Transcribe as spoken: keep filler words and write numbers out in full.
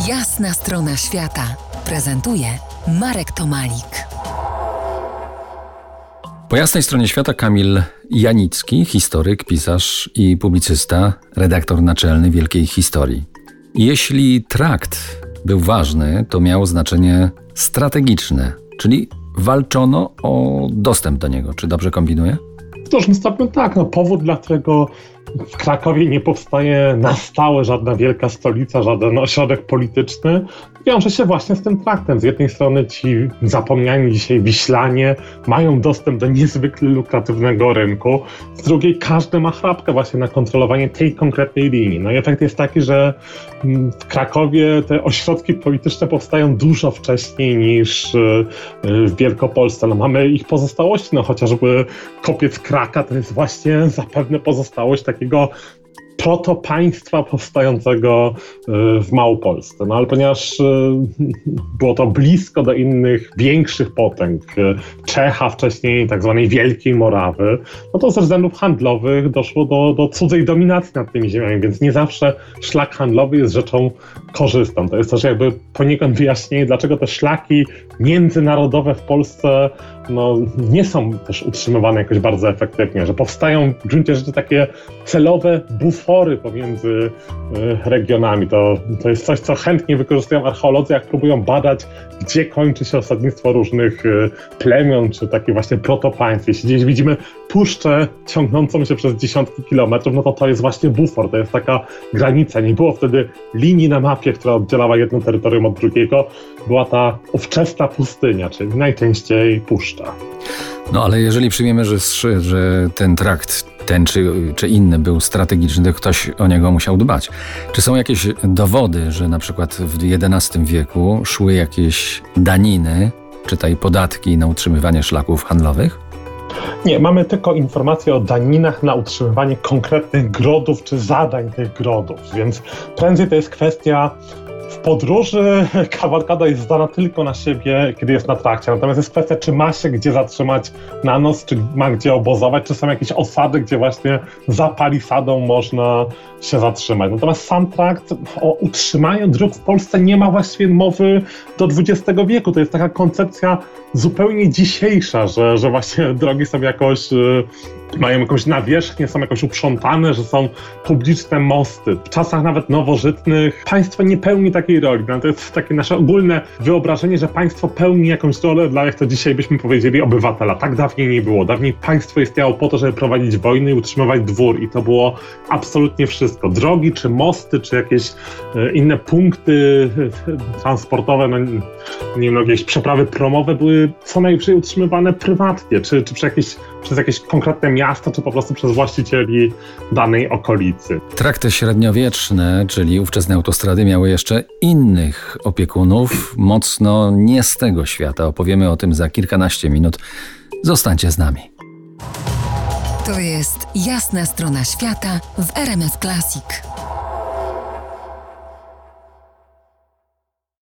Jasna strona świata prezentuje Marek Tomalik. Po jasnej stronie świata Kamil Janicki, historyk, pisarz i publicysta, redaktor naczelny Wielkiej Historii. Jeśli trakt był ważny, to miał znaczenie strategiczne, czyli walczono o dostęp do niego. Czy dobrze kombinuję? W dużym stopniu tak. No, powód, dlatego w Krakowie nie powstaje na stałe żadna wielka stolica, żaden ośrodek polityczny, wiąże się właśnie z tym traktem. Z jednej strony ci zapomniani dzisiaj Wiślanie mają dostęp do niezwykle lukratywnego rynku, z drugiej każdy ma chrapkę właśnie na kontrolowanie tej konkretnej linii. No i efekt jest taki, że w Krakowie te ośrodki polityczne powstają dużo wcześniej niż w Wielkopolsce. No mamy ich pozostałości, no chociażby kopiec Kraka to jest właśnie zapewne pozostałość takiego protopaństwa powstającego w Małopolsce. No ale ponieważ było to blisko do innych większych potęg, Czecha wcześniej, tak zwanej Wielkiej Morawy, no to ze względów handlowych doszło do, do cudzej dominacji nad tymi ziemiami, więc nie zawsze szlak handlowy jest rzeczą korzystną. To jest też jakby poniekąd wyjaśnienie, dlaczego te szlaki międzynarodowe w Polsce no, nie są też utrzymywane jakoś bardzo efektywnie, że powstają w gruncie rzeczy takie celowe bufory pomiędzy y, regionami. To, to jest coś, co chętnie wykorzystują archeolodzy, jak próbują badać, gdzie kończy się osadnictwo różnych y, plemion, czy takich właśnie protopaństw. Jeśli gdzieś widzimy puszczę ciągnącą się przez dziesiątki kilometrów, no to to jest właśnie bufor, to jest taka granica. Nie było wtedy linii na mapie, która oddzielała jedno terytorium od drugiego. Była ta ówczesna pustynia, czyli najczęściej puszcza. No ale jeżeli przyjmiemy, że, że ten trakt, ten czy, czy inny był strategiczny, to ktoś o niego musiał dbać. Czy są jakieś dowody, że na przykład w jedenastym wieku szły jakieś daniny, czytaj podatki na utrzymywanie szlaków handlowych? Nie, mamy tylko informacje o daninach na utrzymywanie konkretnych grodów czy zadań tych grodów, więc prędzej to jest kwestia w podróży. Kavalkada jest zdana tylko na siebie, kiedy jest na trakcie. Natomiast jest kwestia, czy ma się gdzie zatrzymać na noc, czy ma gdzie obozować, czy są jakieś osady, gdzie właśnie za palisadą można się zatrzymać. Natomiast sam trakt o utrzymaniu dróg w Polsce nie ma właściwie mowy do dwudziestego wieku. To jest taka koncepcja zupełnie dzisiejsza, że, że właśnie drogi są jakoś, y, mają jakąś nawierzchnię, są jakoś uprzątane, że są publiczne mosty. W czasach nawet nowożytnych państwo nie pełni takiej roli. No, to jest takie nasze ogólne wyobrażenie, że państwo pełni jakąś rolę dla, jak to dzisiaj byśmy powiedzieli, obywatela. Tak dawniej nie było. Dawniej państwo istniało po to, żeby prowadzić wojny i utrzymywać dwór i to było absolutnie wszystko. Drogi, czy mosty, czy jakieś y, inne punkty y, transportowe, no nie wiem, jakieś przeprawy promowe były co najwyżej utrzymywane prywatnie, czy, czy przez, jakieś, przez jakieś konkretne miasto, czy po prostu przez właścicieli danej okolicy. Trakty średniowieczne, czyli ówczesne autostrady, miały jeszcze innych opiekunów, mocno nie z tego świata. Opowiemy o tym za kilkanaście minut. Zostańcie z nami. To jest Jasna strona świata w R M F Classic.